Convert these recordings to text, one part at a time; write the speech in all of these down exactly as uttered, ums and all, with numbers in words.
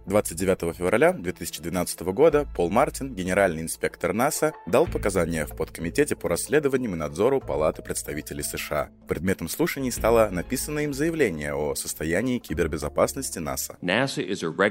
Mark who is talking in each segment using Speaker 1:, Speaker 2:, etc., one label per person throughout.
Speaker 1: двадцать девятого февраля две тысячи двенадцатого года Пол Мартин, генеральный инспектор НАСА, дал показания в подкомитете по расследованиям и надзору Палаты представителей США. Предметом слушаний стало написанное им заявление о состоянии кибербезопасности НАСА.
Speaker 2: НАСА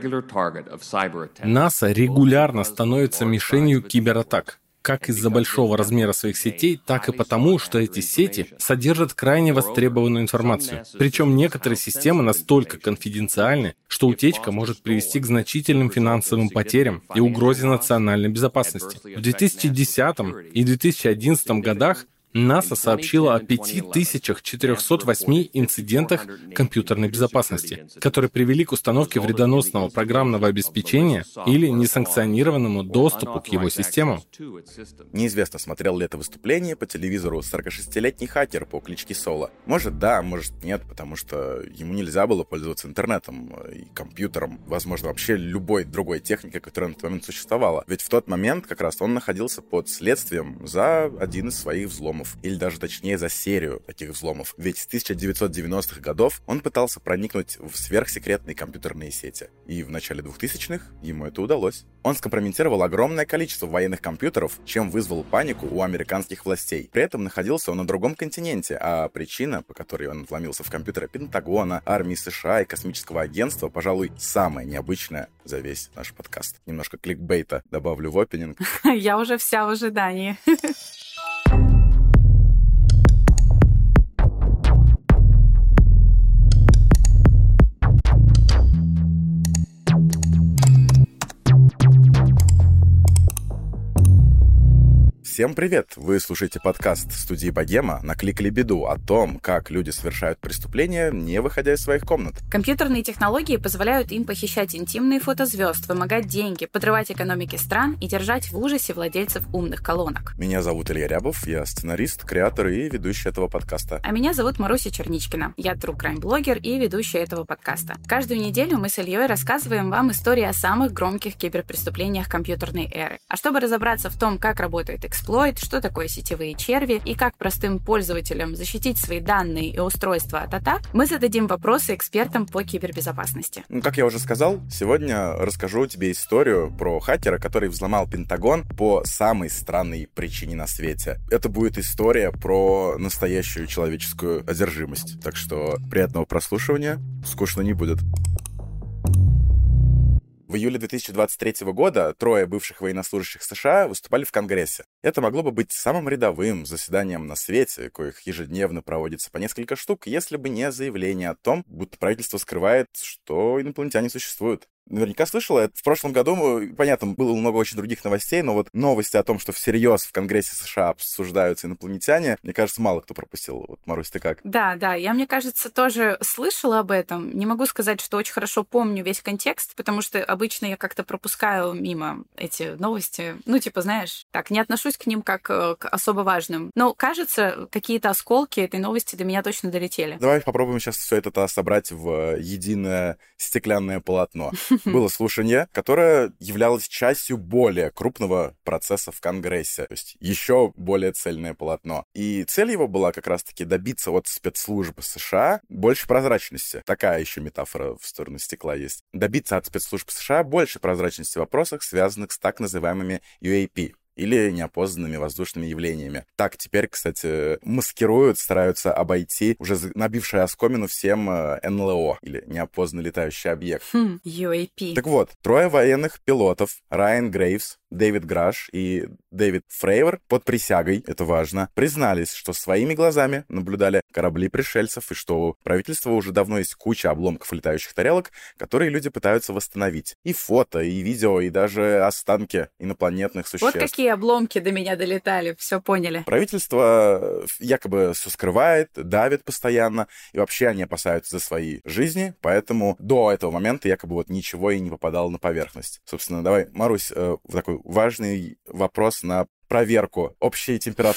Speaker 2: регулярно становится мишенью кибератак, как из-за большого размера своих сетей, так и потому, что эти сети содержат крайне востребованную информацию. Причем некоторые системы настолько конфиденциальны, что утечка может привести к значительным финансовым потерям и угрозе национальной безопасности. В две тысячи десятом и две тысячи одиннадцатом годах НАСА сообщила о пяти тысячах четырехстах восьми инцидентах компьютерной безопасности, которые привели к установке вредоносного программного обеспечения или несанкционированному доступу к его системам.
Speaker 1: Неизвестно, смотрел ли это выступление по телевизору сорокашестилетний хакер по кличке Соло. Может, да, может, нет, потому что ему нельзя было пользоваться интернетом и компьютером, возможно, вообще любой другой техникой, которая на тот момент существовала. Ведь в тот момент как раз он находился под следствием за один из своих взломов. Или даже точнее за серию таких взломов. Ведь с тысяча девятьсот девяностых годов он пытался проникнуть в сверхсекретные компьютерные сети. И в начале двухтысячных ему это удалось. Он скомпрометировал огромное количество военных компьютеров, чем вызвал панику у американских властей. При этом находился он на другом континенте, а причина, по которой он вломился в компьютеры Пентагона, армии США и космического агентства, пожалуй, самая необычная за весь наш подкаст. Немножко кликбейта добавлю в опенинг.
Speaker 3: Я уже вся в ожидании.
Speaker 1: Всем привет! Вы слушаете подкаст студии Богема «Накликали беду» о том, как люди совершают преступления, не выходя из своих комнат.
Speaker 3: Компьютерные технологии позволяют им похищать интимные фото звезд, вымогать деньги, подрывать экономики стран и держать в ужасе владельцев умных колонок.
Speaker 1: Меня зовут Илья Рябов, я сценарист, креатор и ведущий этого подкаста.
Speaker 3: А меня зовут Маруся Черничкина. Я true crime-блогер и ведущая этого подкаста. Каждую неделю мы с Ильей рассказываем вам истории о самых громких киберпреступлениях компьютерной эры. А чтобы разобраться в том, как работает эксплойт, что такое сетевые черви и как простым пользователям защитить свои данные и устройства от атак, мы зададим вопросы экспертам по кибербезопасности.
Speaker 1: Ну, как я уже сказал, сегодня расскажу тебе историю про хакера, который взломал Пентагон по самой странной причине на свете. Это будет история про настоящую человеческую одержимость. Так что приятного прослушивания, скучно не будет. В июле две тысячи двадцать третьего года трое бывших военнослужащих США выступали в Конгрессе. Это могло бы быть самым рядовым заседанием на свете, коих ежедневно проводится по несколько штук, если бы не заявление о том, будто правительство скрывает, что инопланетяне существуют. Наверняка слышала. В прошлом году, понятно, было много очень других новостей, но вот новости о том, что всерьез в Конгрессе США обсуждаются инопланетяне, мне кажется, мало кто пропустил. Вот, Марусь, ты как?
Speaker 3: Да, да, я, мне кажется, тоже слышала об этом. Не могу сказать, что очень хорошо помню весь контекст, потому что обычно я как-то пропускаю мимо эти новости. Ну, типа, знаешь, так, не отношусь к ним как к особо важным. Но, кажется, какие-то осколки этой новости до меня точно долетели.
Speaker 1: Давай попробуем сейчас все это собрать в единое стеклянное полотно. Было слушание, которое являлось частью более крупного процесса в Конгрессе, то есть еще более цельное полотно. И цель его была как раз-таки добиться от спецслужб США больше прозрачности. Такая еще метафора в сторону стекла есть. Добиться от спецслужб США больше прозрачности в вопросах, связанных с так называемыми ю эй пи. Или неопознанными воздушными явлениями. Так теперь, кстати, маскируют, стараются обойти уже набившее оскомину всем эн эл о, или неопознанный летающий объект.
Speaker 3: Хм, ю эй пи.
Speaker 1: Так вот, трое военных пилотов, Райан Грейвс, Дэвид Граш и Дэвид Фрейвер, под присягой, это важно, признались, что своими глазами наблюдали корабли пришельцев и что у правительства уже давно есть куча обломков летающих тарелок, которые люди пытаются восстановить. И фото, и видео, и даже останки инопланетных существ.
Speaker 3: Вот какие обломки до меня долетали, все поняли.
Speaker 1: Правительство якобы все скрывает, давит постоянно, и вообще они опасаются за свои жизни, поэтому до этого момента якобы вот ничего и не попадало на поверхность. Собственно, давай, Марусь, э, такой важный вопрос на проверку общей температуры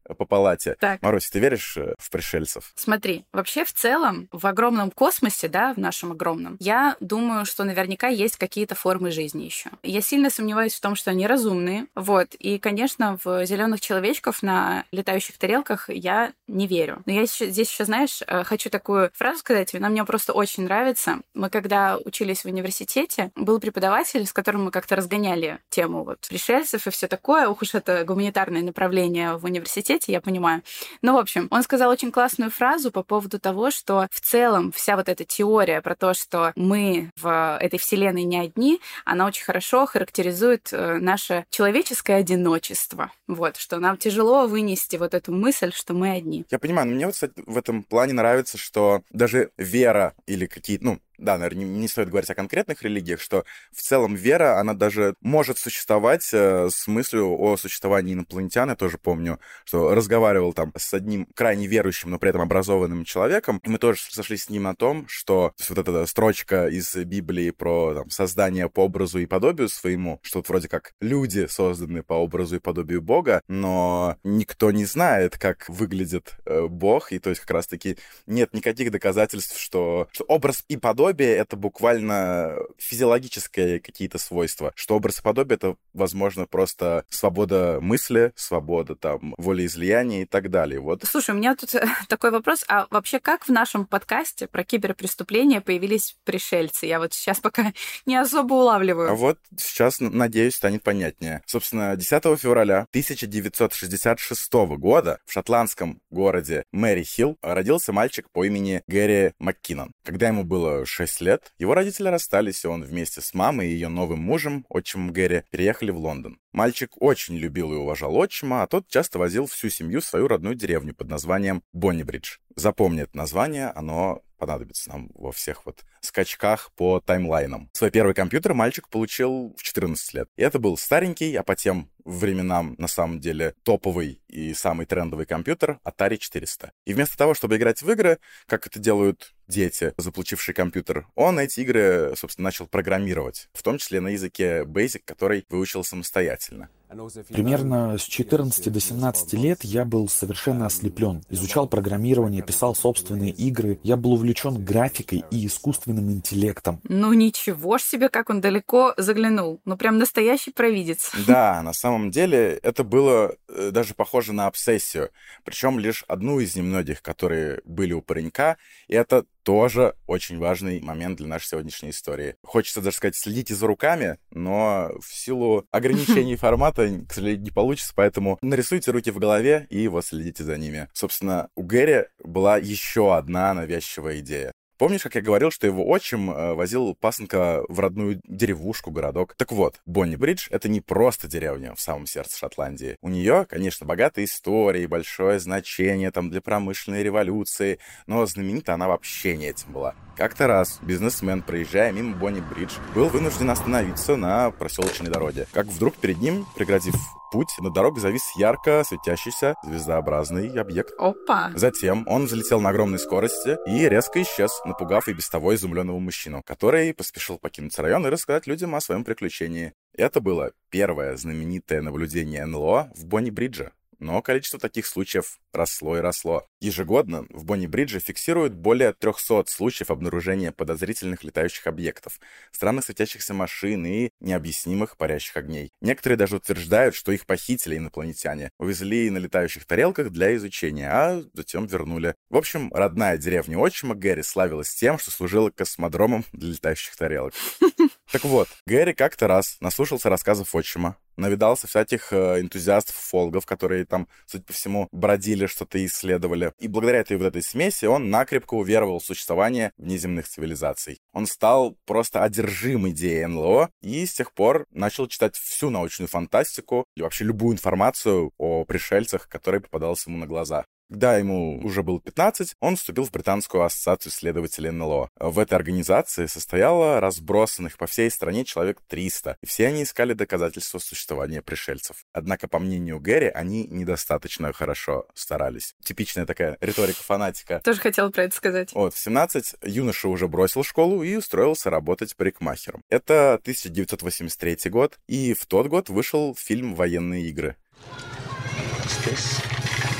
Speaker 1: по палате.
Speaker 3: Так.
Speaker 1: Марусь, ты веришь в пришельцев?
Speaker 3: Смотри, вообще в целом в огромном космосе, да, в нашем огромном, я думаю, что наверняка есть какие-то формы жизни еще. Я сильно сомневаюсь в том, что они разумные. Вот. И, конечно, в зеленых человечков на летающих тарелках я не верю. Но я еще, здесь еще, знаешь, хочу такую фразу сказать, она мне просто очень нравится. Мы когда учились в университете, был преподаватель, с которым мы как-то разгоняли тему вот пришельцев и все такое. Ух уж это гуманитарное направление в университете, я понимаю. Ну, в общем, он сказал очень классную фразу по поводу того, что в целом вся вот эта теория про то, что мы в этой вселенной не одни, она очень хорошо характеризует наше человеческое одиночество. Вот, что нам тяжело вынести вот эту мысль, что мы одни.
Speaker 1: Я понимаю, но мне вот, кстати, в этом плане нравится, что даже вера или какие-то, ну, да, наверное, не, не стоит говорить о конкретных религиях, что в целом вера, она даже может существовать э, с мыслью о существовании инопланетян. Я тоже помню, что разговаривал там с одним крайне верующим, но при этом образованным человеком, и мы тоже сошлись с ним на том, что то есть вот эта строчка из Библии про там, создание по образу и подобию своему, что вот вроде как люди созданы по образу и подобию Бога, но никто не знает, как выглядит э, Бог, и то есть как раз-таки нет никаких доказательств, что, что образ и подобие это буквально физиологические какие-то свойства, что образ и подобие — это, возможно, просто свобода мысли, свобода там волеизлияния и так далее. Вот.
Speaker 3: Слушай, у меня тут такой вопрос. А вообще как в нашем подкасте про киберпреступления появились пришельцы? Я вот сейчас пока не особо улавливаю.
Speaker 1: А вот сейчас, надеюсь, станет понятнее. Собственно, десятого февраля тысяча девятьсот шестьдесят шестого года в шотландском городе Мэри-Хилл родился мальчик по имени Гэри Маккинон. Когда ему было шесть лет, его родители расстались, и он вместе с мамой и ее новым мужем, отчимом Гэри, переехали в Лондон. Мальчик очень любил и уважал отчима, а тот часто возил всю семью в свою родную деревню под названием Боннибридж. Запомни это название, оно понадобится нам во всех вот скачках по таймлайнам. Свой первый компьютер мальчик получил в четырнадцать лет. И это был старенький, а по тем временам, на самом деле, топовый и самый трендовый компьютер Atari четыреста. И вместо того, чтобы играть в игры, как это делают дети, заполучившие компьютер, он эти игры, собственно, начал программировать, в том числе на языке Basic, который выучил самостоятельно.
Speaker 4: Примерно с четырнадцати до семнадцати лет я был совершенно ослеплен. Изучал программирование, писал собственные игры. Я был увлечен графикой и искусственным интеллектом.
Speaker 3: Ну ничего ж себе, как он далеко заглянул. Ну прям настоящий провидец.
Speaker 1: Да, на самом деле это было э, даже похоже на обсессию. Причем лишь одну из немногих, которые были у паренька. И это тоже очень важный момент для нашей сегодняшней истории. Хочется даже сказать, следите за руками, но в силу ограничений формата, к сожалению, не получится, поэтому нарисуйте руки в голове и вот следите за ними. Собственно, у Гэри была еще одна навязчивая идея. Помнишь, как я говорил, что его отчим э, возил пасынка в родную деревушку, городок? Так вот, Боннибридж — это не просто деревня в самом сердце Шотландии. У нее, конечно, богатая история и большое значение там для промышленной революции, но знаменита она вообще не этим была. Как-то раз бизнесмен, проезжая мимо Боннибридж, был вынужден остановиться на проселочной дороге. Как вдруг перед ним, преградив путь, на дороге завис ярко светящийся звездообразный объект.
Speaker 3: Опа!
Speaker 1: Затем он взлетел на огромной скорости и резко исчез, напугав и без того изумленного мужчину, который поспешил покинуть район и рассказать людям о своем приключении. Это было первое знаменитое наблюдение эн эл о в Боннибридже. Но количество таких случаев росло и росло. Ежегодно в Боннибридже фиксируют более трехсот случаев обнаружения подозрительных летающих объектов, странных светящихся машин и необъяснимых парящих огней. Некоторые даже утверждают, что их похитили инопланетяне, увезли на летающих тарелках для изучения, а затем вернули. В общем, родная деревня отчима Гэри славилась тем, что служила космодромом для летающих тарелок. Так вот, Гэри как-то раз наслушался рассказов отчима, навидался всяких э, энтузиастов-фолгов, которые там, судя по всему, бродили, что-то исследовали. И благодаря этой вот этой смеси он накрепко уверовал в существование внеземных цивилизаций. Он стал просто одержим идеей эн эл о и с тех пор начал читать всю научную фантастику и вообще любую информацию о пришельцах, которая попадалась ему на глаза. Когда ему уже было пятнадцать, он вступил в Британскую ассоциацию исследователей эн эл о. В этой организации состояло разбросанных по всей стране человек триста, и все они искали доказательства существования пришельцев. Однако, по мнению Гэри, они недостаточно хорошо старались. Типичная такая риторика фанатика.
Speaker 3: Тоже хотела про это сказать.
Speaker 1: Вот, в семнадцать юноша уже бросил школу и устроился работать парикмахером. Это тысяча девятьсот восемьдесят третий год, и в тот год вышел фильм «Военные игры».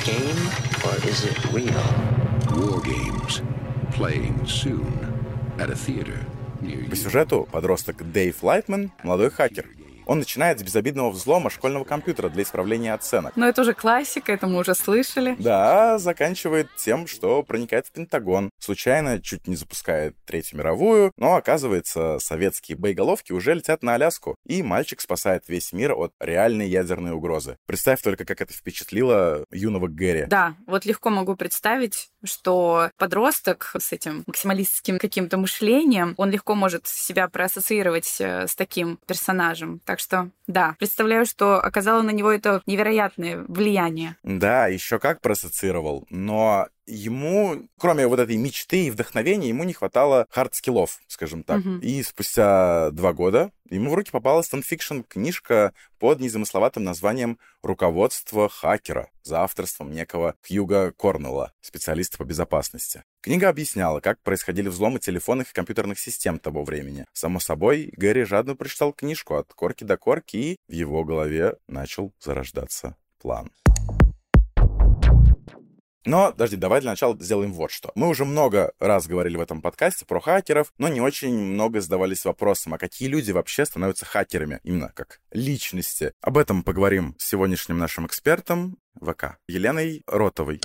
Speaker 5: game or is it real?
Speaker 6: War games playing soon at a theater near you.
Speaker 1: По сюжету подросток Дэйв Лайтман — молодой хакер. Он начинает с безобидного взлома школьного компьютера для исправления оценок.
Speaker 3: Но это уже классика, это мы уже слышали.
Speaker 1: Да, заканчивает тем, что проникает в Пентагон. Случайно чуть не запускает Третью мировую, но, оказывается, советские боеголовки уже летят на Аляску, и мальчик спасает весь мир от реальной ядерной угрозы. Представь только, как это впечатлило юного Гэри.
Speaker 3: Да, вот легко могу представить, что подросток с этим максималистским каким-то мышлением, он легко может себя проассоциировать с таким персонажем. Так что, да, представляю, что оказало на него это невероятное влияние.
Speaker 1: Да, еще как проассоциировал, но ему, кроме вот этой мечты и вдохновения, ему не хватало хардскиллов, скажем так.
Speaker 3: Угу.
Speaker 1: И спустя два года ему в руки попала стенфикшн книжка под незамысловатым названием «Руководство хакера» за авторством некого Хьюга Корнелла, специалиста по безопасности. Книга объясняла, как происходили взломы телефонных и компьютерных систем того времени. Само собой, Гэри жадно прочитал книжку от корки до корки, и в его голове начал зарождаться план. Но, подожди, давай для начала сделаем вот что. Мы уже много раз говорили в этом подкасте про хакеров, но не очень много задавались вопросом, а какие люди вообще становятся хакерами, именно как личности. Об этом поговорим с сегодняшним нашим экспертом ВК Еленой Ротовой.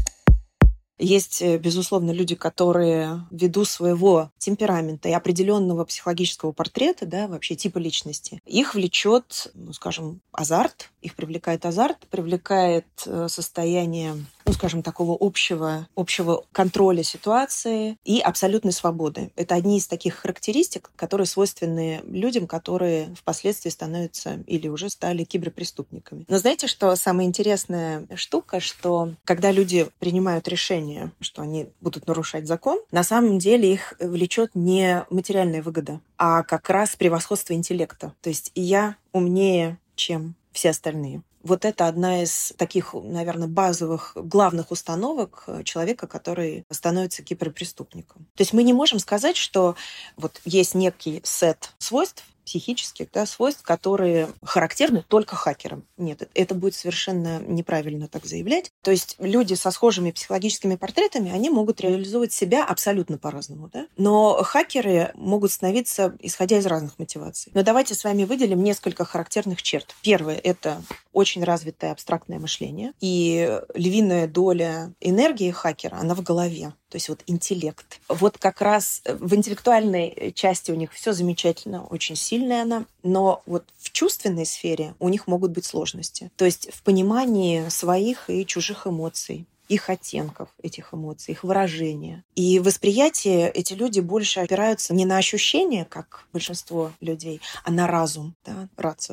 Speaker 7: Есть, безусловно, люди, которые ввиду своего темперамента и определенного психологического портрета, да, вообще типа личности, их влечет, ну, скажем, азарт, их привлекает азарт, привлекает состояние, ну, скажем, такого общего, общего контроля ситуации и абсолютной свободы. Это одни из таких характеристик, которые свойственны людям, которые впоследствии становятся или уже стали киберпреступниками. Но знаете, что самая интересная штука, что когда люди принимают решение, что они будут нарушать закон, на самом деле их влечет не материальная выгода, а как раз превосходство интеллекта. То есть я умнее, чем все остальные. Вот это одна из таких, наверное, базовых, главных установок человека, который становится киберпреступником. То есть мы не можем сказать, что вот есть некий сет свойств, психических, да, свойств, которые характерны только хакерам. Нет, это будет совершенно неправильно так заявлять. То есть люди со схожими психологическими портретами, они могут реализовывать себя абсолютно по-разному. Да? Но хакеры могут становиться, исходя из разных мотиваций. Но давайте с вами выделим несколько характерных черт. Первое – это очень развитое абстрактное мышление. И львиная доля энергии хакера, она в голове. То есть вот интеллект. Вот как раз в интеллектуальной части у них все замечательно, очень сильная она, но вот в чувственной сфере у них могут быть сложности. То есть в понимании своих и чужих эмоций, их оттенков этих эмоций, их выражения. И в восприятии эти люди больше опираются не на ощущения, как большинство людей, а на разум, да, рацию.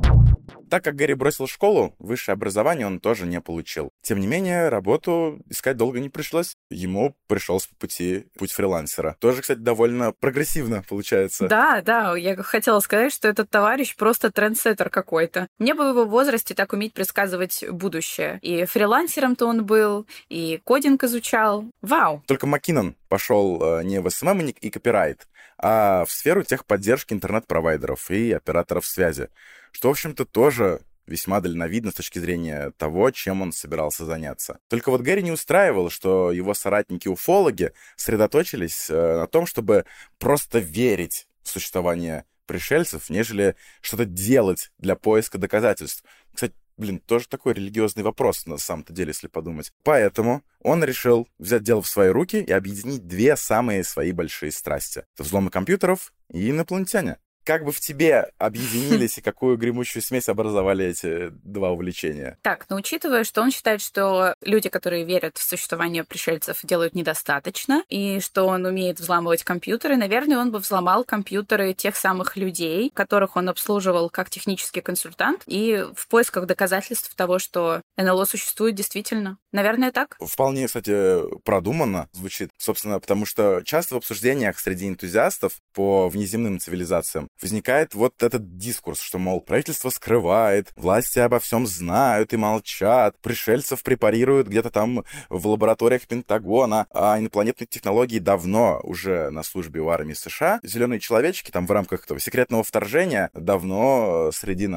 Speaker 1: Так как Гэри бросил школу, высшее образование он тоже не получил. Тем не менее, работу искать долго не пришлось. Ему пришелся по пути путь фрилансера. Тоже, кстати, довольно прогрессивно получается.
Speaker 3: Да, да, я хотела сказать, что этот товарищ просто трендсеттер какой-то. Мне бы в его возрасте так уметь предсказывать будущее. И фрилансером-то он был, и кодинг изучал. Вау!
Speaker 1: Только Маккинон пошел не в эс эм эм и копирайт, а в сферу техподдержки интернет-провайдеров и операторов связи. Что, в общем-то, тоже весьма дальновидно с точки зрения того, чем он собирался заняться. Только вот Гэри не устраивал, что его соратники-уфологи сосредоточились на том, чтобы просто верить в существование пришельцев, нежели что-то делать для поиска доказательств. Кстати, блин, тоже такой религиозный вопрос на самом-то деле, если подумать. Поэтому он решил взять дело в свои руки и объединить две самые свои большие страсти. Это взломы компьютеров и инопланетяне. Как бы в тебе объединились и какую гремучую смесь образовали эти два увлечения?
Speaker 3: Так, но учитывая, что он считает, что люди, которые верят в существование пришельцев, делают недостаточно, и что он умеет взламывать компьютеры, наверное, он бы взломал компьютеры тех самых людей, которых он обслуживал как технический консультант, и в поисках доказательств того, что эн эл о существует действительно. Наверное, так?
Speaker 1: Вполне, кстати, продуманно звучит. Собственно, потому что часто в обсуждениях среди энтузиастов по внеземным цивилизациям возникает вот этот дискурс, что, мол, правительство скрывает, власти обо всем знают и молчат, пришельцев препарируют где-то там в лабораториях Пентагона, а инопланетные технологии давно уже на службе у армии США. Зеленые человечки там в рамках этого секретного вторжения давно среди нас.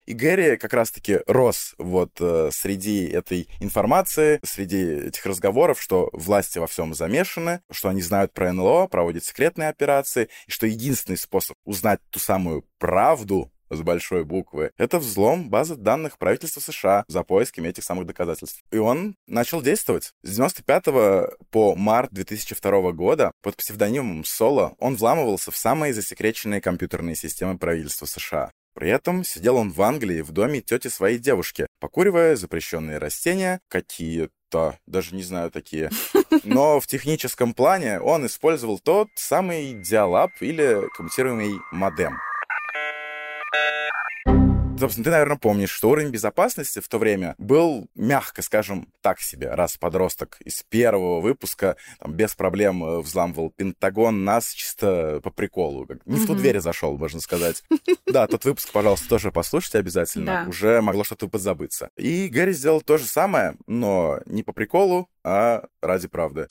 Speaker 1: И Гэри как раз-таки рос вот э, среди этой информации, среди этих разговоров, что власти во всем замешаны, что они знают про эн эл о, проводят секретные операции, и что единственный способ узнать ту самую правду с большой буквы, это взлом базы данных правительства США за поисками этих самых доказательств. И он начал действовать. С девяносто пятого по март две тысячи второго года под псевдонимом Соло он вламывался в самые засекреченные компьютерные системы правительства США. При этом сидел он в Англии в доме тети своей девушки, покуривая запрещенные растения, какие-то, даже не знаю, такие. Но в техническом плане он использовал тот самый диалаб или коммутируемый модем. Собственно, ты, наверное, помнишь, что уровень безопасности в то время был, мягко скажем, так себе. Раз подросток из первого выпуска там, без проблем взламывал Пентагон, нас чисто по приколу. Как, не mm-hmm. в ту дверь зашел, можно сказать. Да, тот выпуск, пожалуйста, тоже послушайте обязательно. Да. Уже могло что-то подзабыться. И Гэри сделал то же самое, но не по приколу, а ради правды.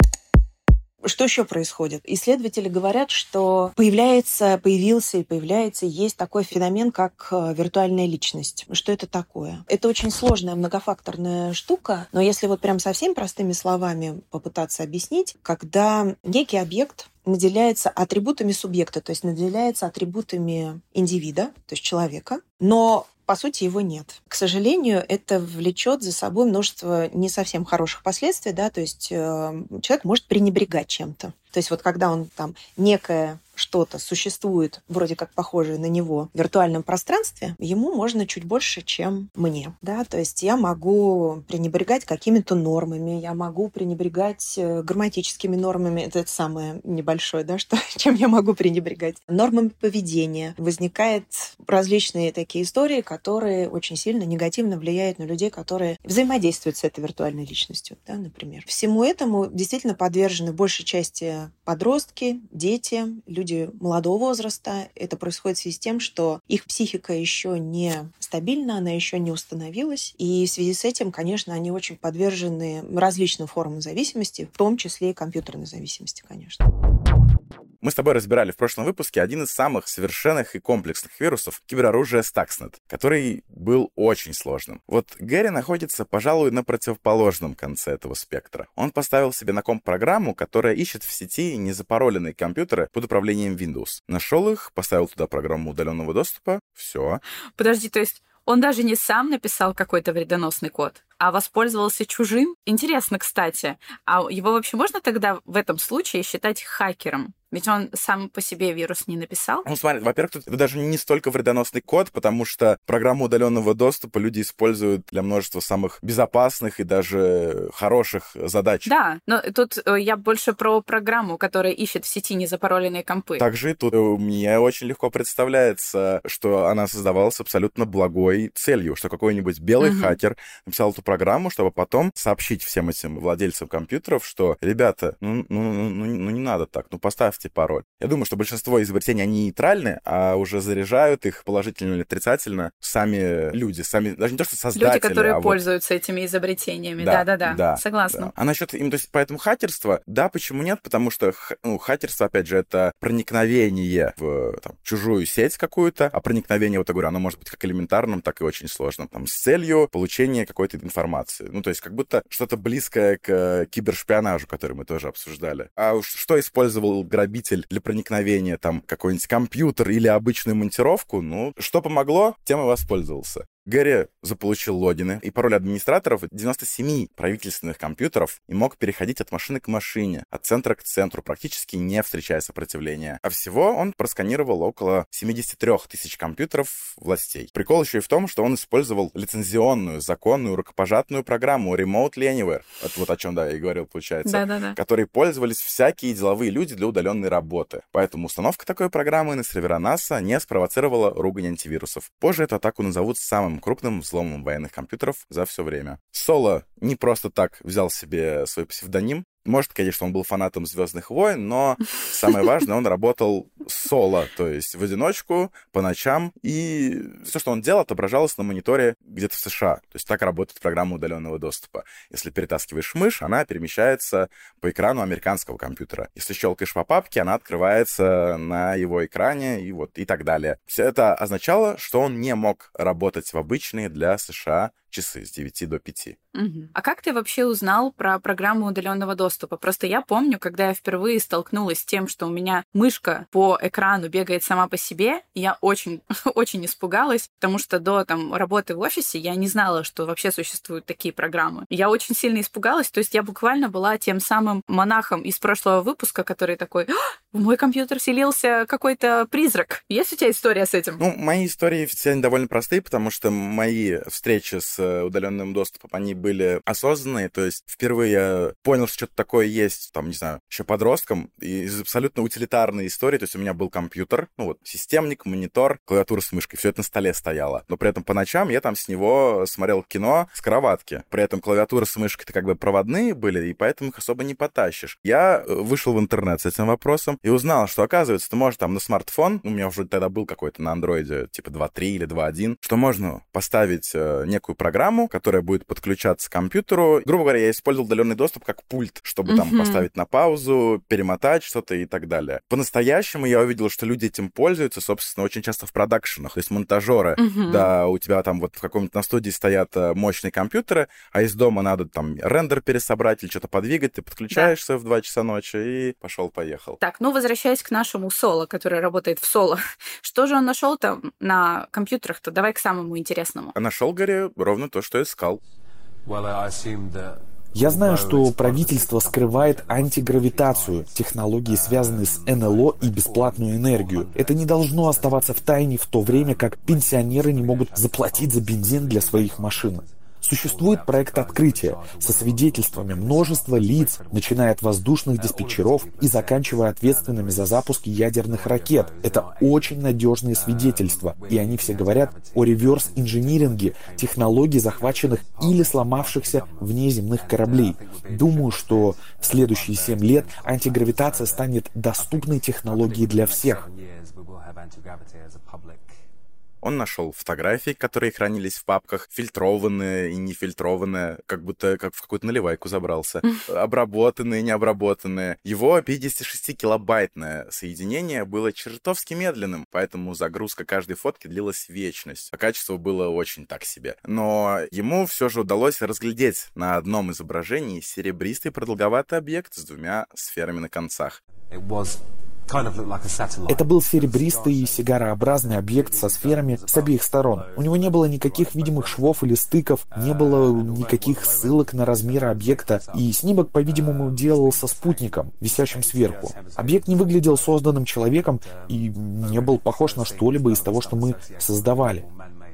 Speaker 7: Что еще происходит? Исследователи говорят, что появляется, появился и появляется, есть такой феномен, как виртуальная личность. Что это такое? Это очень сложная многофакторная штука, но если вот прям совсем простыми словами попытаться объяснить, когда некий объект наделяется атрибутами субъекта, то есть наделяется атрибутами индивида, то есть человека, но по сути, его нет. К сожалению, это влечет за собой множество не совсем хороших последствий, да, то есть э, человек может пренебрегать чем-то. То есть вот когда он там некое что-то существует, вроде как похожее на него в виртуальном пространстве, ему можно чуть больше, чем мне. Да? То есть я могу пренебрегать какими-то нормами, я могу пренебрегать грамматическими нормами, это, это самое небольшое, да, что, чем я могу пренебрегать. Нормами поведения. Возникают различные такие истории, которые очень сильно негативно влияют на людей, которые взаимодействуют с этой виртуальной личностью, да, например. Всему этому действительно подвержены большей части подростки, дети, люди молодого возраста. Это происходит в связи с тем, что их психика еще не стабильна, она еще не установилась. И в связи с этим, конечно, они очень подвержены различным формам зависимости, в том числе и компьютерной зависимости, конечно.
Speaker 1: Мы с тобой разбирали в прошлом выпуске один из самых совершенных и комплексных вирусов — кибероружие Stuxnet, который был очень сложным. Вот Гэри находится, пожалуй, на противоположном конце этого спектра. Он поставил себе на комп программу, которая ищет в сети незапароленные компьютеры под управлением Windows. Нашел их, поставил туда программу удаленного доступа, все.
Speaker 3: Подожди, то есть он даже не сам написал какой-то вредоносный код, а воспользовался чужим? Интересно, кстати. А его вообще можно тогда в этом случае считать хакером? Ведь он сам по себе вирус не написал.
Speaker 1: Ну, смотри, во-первых, это даже не столько вредоносный код, потому что программу удаленного доступа люди используют для множества самых безопасных и даже хороших задач.
Speaker 3: Да, но тут я больше про программу, которая ищет в сети незапароленные компы.
Speaker 1: Также и тут мне очень легко представляется, что она создавалась абсолютно благой целью, что какой-нибудь белый угу. хакер написал эту программу, чтобы потом сообщить всем этим владельцам компьютеров, что, ребята, ну, ну, ну, ну не надо так, ну поставьте пароль. Я думаю, что большинство изобретений, они нейтральны, а уже заряжают их положительно или отрицательно сами люди, сами, даже не то, что создатели.
Speaker 3: Люди, которые
Speaker 1: а
Speaker 3: пользуются
Speaker 1: вот...
Speaker 3: этими изобретениями. Да-да-да,
Speaker 1: да,
Speaker 3: согласна.
Speaker 1: Да. А насчет, им, то есть, поэтому хакерство, да, почему нет? Потому что ну, хакерство, опять же, это проникновение в там, чужую сеть какую-то, а проникновение, вот я говорю, оно может быть как элементарным, так и очень сложным. Там, с целью получения какой-то информации. Ну, то есть, как будто что-то близкое к кибершпионажу, который мы тоже обсуждали. А что использовал грабитель для проникновения, там, какой-нибудь компьютер или обычную монтировку, ну, что помогло, тем и воспользовался. Гэри заполучил логины и пароли администраторов девяноста семи правительственных компьютеров и мог переходить от машины к машине, от центра к центру, практически не встречая сопротивления. А всего он просканировал около семьдесят три тысячи компьютеров властей. Прикол еще и в том, что он использовал лицензионную, законную, рукопожатную программу Remotely Anywhere. Это вот о чем, да, я и говорил, получается.
Speaker 3: Да-да-да.
Speaker 1: Которой пользовались всякие деловые люди для удаленной работы. Поэтому установка такой программы на сервера НАСА не спровоцировала ругань антивирусов. Позже эту атаку назовут самым крупным взломом военных компьютеров за все время. Соло не просто так взял себе свой псевдоним. Может, конечно, он был фанатом «Звездных войн», но самое важное, он работал соло, то есть в одиночку, по ночам, и все, что он делал, отображалось на мониторе где-то в США. То есть так работает программа удаленного доступа. Если перетаскиваешь мышь, она перемещается по экрану американского компьютера. Если щелкаешь по папке, она открывается на его экране и вот и так далее. Все это означало, что он не мог работать в обычные для США часы с девяти до пяти.
Speaker 3: Угу. А как ты вообще узнал про программу удаленного доступа? Просто я помню, когда я впервые столкнулась с тем, что у меня мышка по экрану бегает сама по себе, я очень, очень испугалась, потому что до там, работы в офисе я не знала, что вообще существуют такие программы. Я очень сильно испугалась, то есть я буквально была тем самым монахом из прошлого выпуска, который такой: в мой компьютер вселился какой-то призрак. Есть у тебя история с этим?
Speaker 1: Ну, мои истории все довольно простые, потому что мои встречи с удаленным доступом, они были осознанные, то есть впервые я понял, что что-то такое есть, там, не знаю, еще подростком, из абсолютно утилитарной истории, то есть у меня был компьютер, ну вот, системник, монитор, клавиатура с мышкой, все это на столе стояло, но при этом по ночам я там с него смотрел кино с кроватки, при этом клавиатура с мышкой-то как бы проводные были, и поэтому их особо не потащишь. Я вышел в интернет с этим вопросом и узнал, что, оказывается, ты можешь там на смартфон, у меня уже тогда был какой-то на андроиде, типа два точка три или два точка один, что можно поставить э, некую программу, программу, которая будет подключаться к компьютеру. Грубо говоря, я использовал удаленный доступ как пульт, чтобы uh-huh. там поставить на паузу, перемотать что-то и так далее. По-настоящему я увидел, что люди этим пользуются, собственно, очень часто в продакшенах. То есть монтажеры, uh-huh. да, у тебя там вот в каком-нибудь на студии стоят мощные компьютеры, а из дома надо там рендер пересобрать или что-то подвигать, ты подключаешься да. в два часа ночи и пошел-поехал.
Speaker 3: Так, ну, возвращаясь к нашему соло, который работает в соло, что же он нашел там на компьютерах-то? Давай к самому интересному.
Speaker 1: А нашел, Гарри, ровно то, что искал.
Speaker 4: Я знаю, что правительство скрывает антигравитацию, технологии, связанные с эн эл о и бесплатную энергию. Это не должно оставаться в тайне в то время, как пенсионеры не могут заплатить за бензин для своих машин. Существует проект «Открытие» со свидетельствами множества лиц, начиная от воздушных диспетчеров и заканчивая ответственными за запуск ядерных ракет. Это очень надежные свидетельства, и они все говорят о реверс-инжиниринге технологий, захваченных или сломавшихся внеземных кораблей. Думаю, что в следующие семь лет антигравитация станет доступной технологией для всех.
Speaker 1: Он нашел фотографии, которые хранились в папках, фильтрованные и нефильтрованные, как будто как в какую-то наливайку забрался. Обработанные, необработанные. Его пятидесятишестикилобайтное соединение было чертовски медленным, поэтому загрузка каждой фотки длилась вечность. А качество было очень так себе. Но ему все же удалось разглядеть на одном изображении серебристый продолговатый объект с двумя сферами на концах.
Speaker 4: Это был серебристый сигарообразный объект со сферами с обеих сторон. У него не было никаких видимых швов или стыков, не было никаких ссылок на размеры объекта, и снимок, по-видимому, делался спутником, висящим сверху. Объект не выглядел созданным человеком и не был похож на что-либо из того, что мы создавали.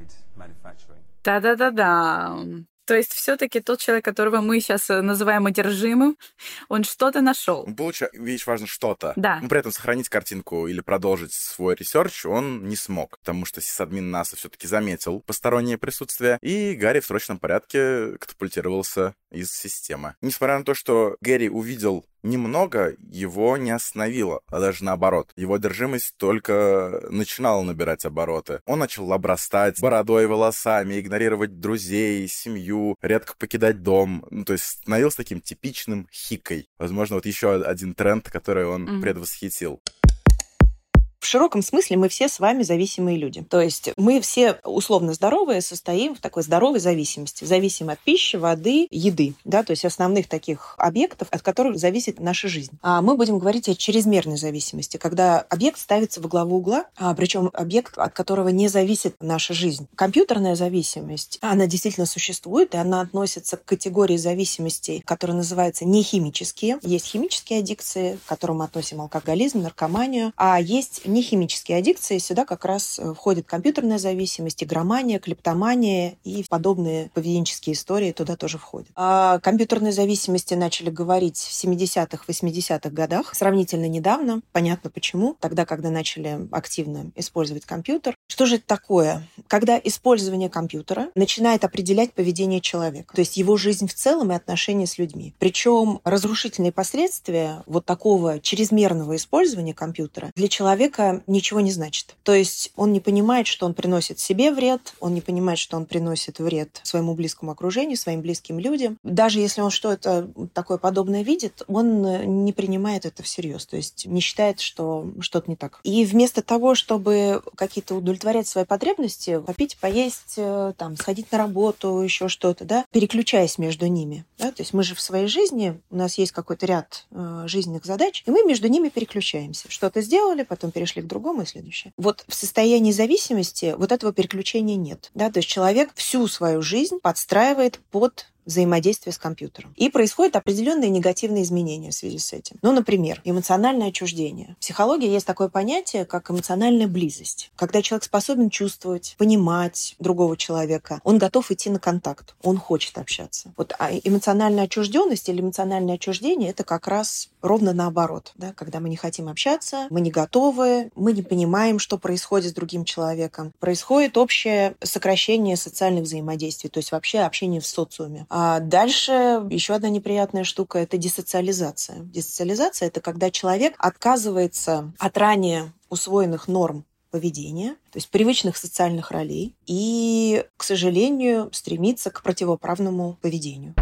Speaker 3: Да-да-да-да. То есть все-таки тот человек, которого мы сейчас называем одержимым, он что-то нашел.
Speaker 1: Получается, видишь, важно что-то.
Speaker 3: Да.
Speaker 1: Но при этом сохранить картинку или продолжить свой ресерч он не смог, потому что сисадмин НАСА все-таки заметил постороннее присутствие, и Гарри в срочном порядке катапультировался из системы. Несмотря на то, что Гэри увидел немного, его не остановило, а даже наоборот. Его одержимость только начинала набирать обороты. Он начал обрастать бородой и волосами, игнорировать друзей, семью, редко покидать дом. Ну, то есть становился таким типичным хикой. Возможно, вот еще один тренд, который он mm-hmm. предвосхитил.
Speaker 7: В широком смысле мы все с вами зависимые люди. То есть мы все условно здоровые, состоим в такой здоровой зависимости. Зависим от пищи, воды, еды. Да? То есть основных таких объектов, от которых зависит наша жизнь. А мы будем говорить о чрезмерной зависимости, когда объект ставится во главу угла, а причем объект, от которого не зависит наша жизнь. Компьютерная зависимость, она действительно существует, и она относится к категории зависимостей, которые называются нехимические. Есть химические аддикции, к которым мы относим алкоголизм, наркоманию, а есть нехимические аддикции. Сюда как раз входит компьютерная зависимость, игромания, клептомания и подобные поведенческие истории туда тоже входят. О компьютерной зависимости начали говорить в семидесятых, восьмидесятых годах, сравнительно недавно. Понятно почему. Тогда, когда начали активно использовать компьютер. Что же это такое? Когда использование компьютера начинает определять поведение человека, то есть его жизнь в целом и отношения с людьми. Причем разрушительные последствия вот такого чрезмерного использования компьютера для человека человека ничего не значит. То есть он не понимает, что он приносит себе вред, он не понимает, что он приносит вред своему близкому окружению, своим близким людям. Даже если он что-то такое подобное видит, он не принимает это всерьез, то есть не считает, что что-то не так. И вместо того, чтобы какие-то удовлетворять свои потребности, попить, поесть, там, сходить на работу, еще что-то, да, переключаясь между ними. Да? То есть мы же в своей жизни, у нас есть какой-то ряд э, жизненных задач, и мы между ними переключаемся. Что-то сделали, потом перешли к другому и следующее. Вот в состоянии зависимости вот этого переключения нет. Да? То есть человек всю свою жизнь подстраивает под взаимодействие с компьютером. И происходят определенные негативные изменения в связи с этим. Ну, например, эмоциональное отчуждение. В психологии есть такое понятие, как эмоциональная близость. Когда человек способен чувствовать, понимать другого человека, он готов идти на контакт, он хочет общаться. Вот, а эмоциональная отчужденность или эмоциональное отчуждение – это как раз ровно наоборот. Да? Когда мы не хотим общаться, мы не готовы, мы не понимаем, что происходит с другим человеком. Происходит общее сокращение социальных взаимодействий, то есть вообще общение в социуме. А дальше еще одна неприятная штука – это диссоциализация. Диссоциализация – это когда человек отказывается от ранее усвоенных норм поведения, то есть привычных социальных ролей, и, к сожалению, стремится к противоправному поведению.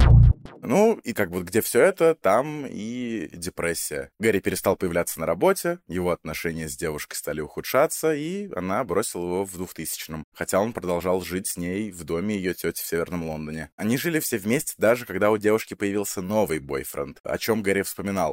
Speaker 1: Ну, и как бы где все это, там и депрессия. Гэри перестал появляться на работе, его отношения с девушкой стали ухудшаться, и она бросила его в двухтысячном, хотя он продолжал жить с ней в доме ее тети в Северном Лондоне. Они жили все вместе, даже когда у девушки появился новый бойфренд, о чем Гэри вспоминал.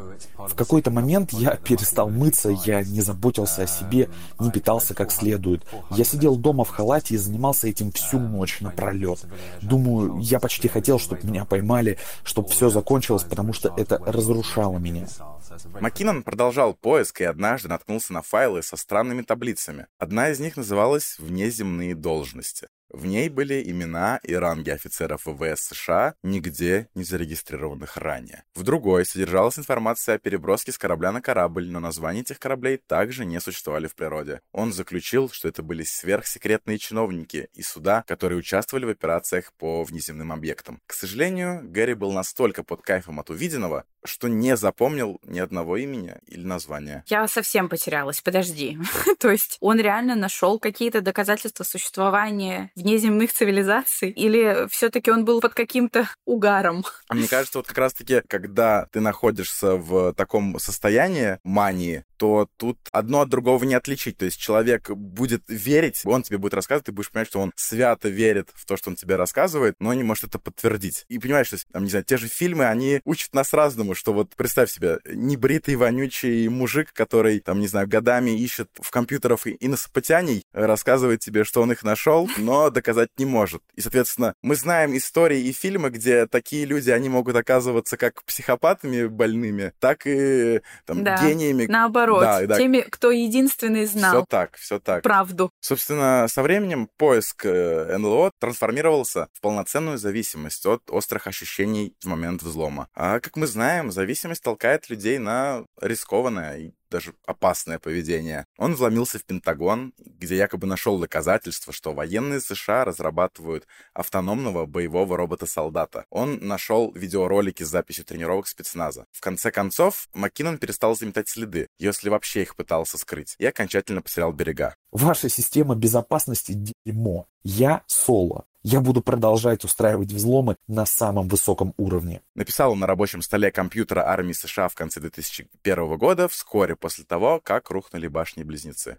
Speaker 4: В какой-то момент я перестал мыться, я не заботился о себе, не питался как следует. Я сидел дома в халате и занимался этим всю ночь напролет. Думаю, я почти хотел, чтобы меня поймали, чтобы все закончилось, потому что это разрушало меня.
Speaker 1: Маккинон продолжал поиск и однажды наткнулся на файлы со странными таблицами. Одна из них называлась «Внеземные должности». В ней были имена и ранги офицеров ВВС США, нигде не зарегистрированных ранее. В другой содержалась информация о переброске с корабля на корабль, но названия этих кораблей также не существовали в природе. Он заключил, что это были сверхсекретные чиновники и суда, которые участвовали в операциях по внеземным объектам. К сожалению, Гэри был настолько под кайфом от увиденного, что не запомнил ни одного имени или названия.
Speaker 3: Я совсем потерялась, подожди. То есть он реально нашел какие-то доказательства существования внеземных цивилизаций? Или все-таки он был под каким-то угаром?
Speaker 1: А мне кажется, вот как раз-таки, когда ты находишься в таком состоянии мании, то тут одно от другого не отличить. То есть человек будет верить, он тебе будет рассказывать, ты будешь понимать, что он свято верит в то, что он тебе рассказывает, но не может это подтвердить. И понимаешь, что, там, не знаю, те же фильмы, они учат нас разному, что вот представь себе, небритый, вонючий мужик, который, там, не знаю, годами ищет в компьютерах иносапатяний, рассказывает тебе, что он их нашел, но доказать не может. И, соответственно, мы знаем истории и фильмы, где такие люди, они могут оказываться как психопатами больными, так и там,
Speaker 3: да,
Speaker 1: гениями.
Speaker 3: Наоборот, да, да. Теми, кто единственный знал
Speaker 1: все так, все так.
Speaker 3: правду.
Speaker 1: Собственно, со временем поиск эн эл о трансформировался в полноценную зависимость от острых ощущений в момент взлома. А, как мы знаем, зависимость толкает людей на рискованное и даже опасное поведение. Он вломился в Пентагон, где якобы нашел доказательства, что военные США разрабатывают автономного боевого робота-солдата. Он нашел видеоролики с записью тренировок спецназа. В конце концов, Маккинон перестал заметать следы, если вообще их пытался скрыть, и окончательно потерял берега.
Speaker 4: Ваша система безопасности — дерьмо. Я Соло. Я буду продолжать устраивать взломы на самом высоком уровне.
Speaker 1: Написал он на рабочем столе компьютера армии США в конце две тысячи первого года, вскоре после того, как рухнули башни-близнецы.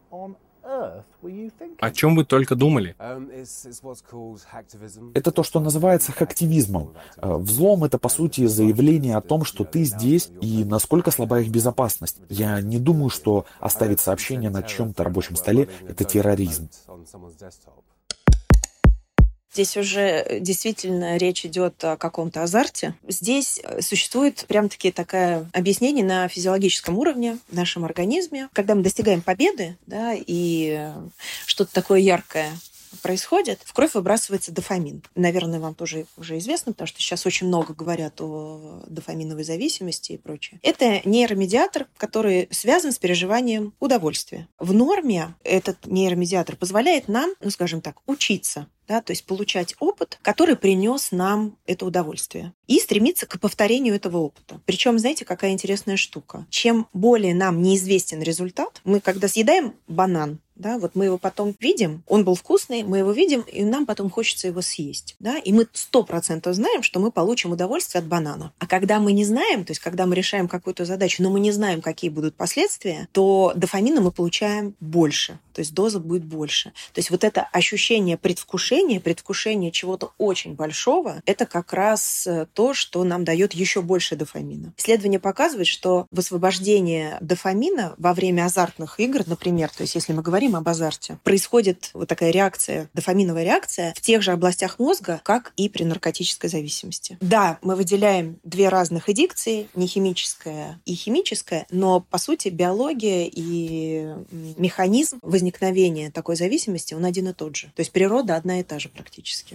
Speaker 2: О чем вы только думали?
Speaker 4: Это то, что называется хактивизмом. Взлом — это, по сути, заявление о том, что ты здесь и насколько слаба их безопасность. Я не думаю, что оставить сообщение на чьем-то рабочем столе — это терроризм.
Speaker 7: Здесь уже действительно речь идет о каком-то азарте. Здесь существует прям-таки такое объяснение на физиологическом уровне в нашем организме. Когда мы достигаем победы, да, и что-то такое яркое происходит, в кровь выбрасывается дофамин. Наверное, вам тоже уже известно, потому что сейчас очень много говорят о дофаминовой зависимости и прочее. Это нейромедиатор, который связан с переживанием удовольствия. В норме этот нейромедиатор позволяет нам, ну, скажем так, учиться. Да, то есть получать опыт, который принес нам это удовольствие. И стремиться к повторению этого опыта. Причем, знаете, какая интересная штука. Чем более нам неизвестен результат, мы когда съедаем банан, да, вот мы его потом видим, он был вкусный, мы его видим, и нам потом хочется его съесть. Да, и мы сто процентов знаем, что мы получим удовольствие от банана. А когда мы не знаем, то есть когда мы решаем какую-то задачу, но мы не знаем, какие будут последствия, то дофамина мы получаем больше. То есть доза будет больше. То есть вот это ощущение предвкушения, предвкушение чего-то очень большого, это как раз то, что нам дает еще больше дофамина. Исследования показывают, что высвобождение дофамина во время азартных игр, например, то есть если мы говорим об азарте, происходит вот такая реакция, дофаминовая реакция в тех же областях мозга, как и при наркотической зависимости. Да, мы выделяем две разных эдикции, нехимическая и химическая, но, по сути, биология и механизм возникновения такой зависимости, он один и тот же. То есть природа одна и та же практически.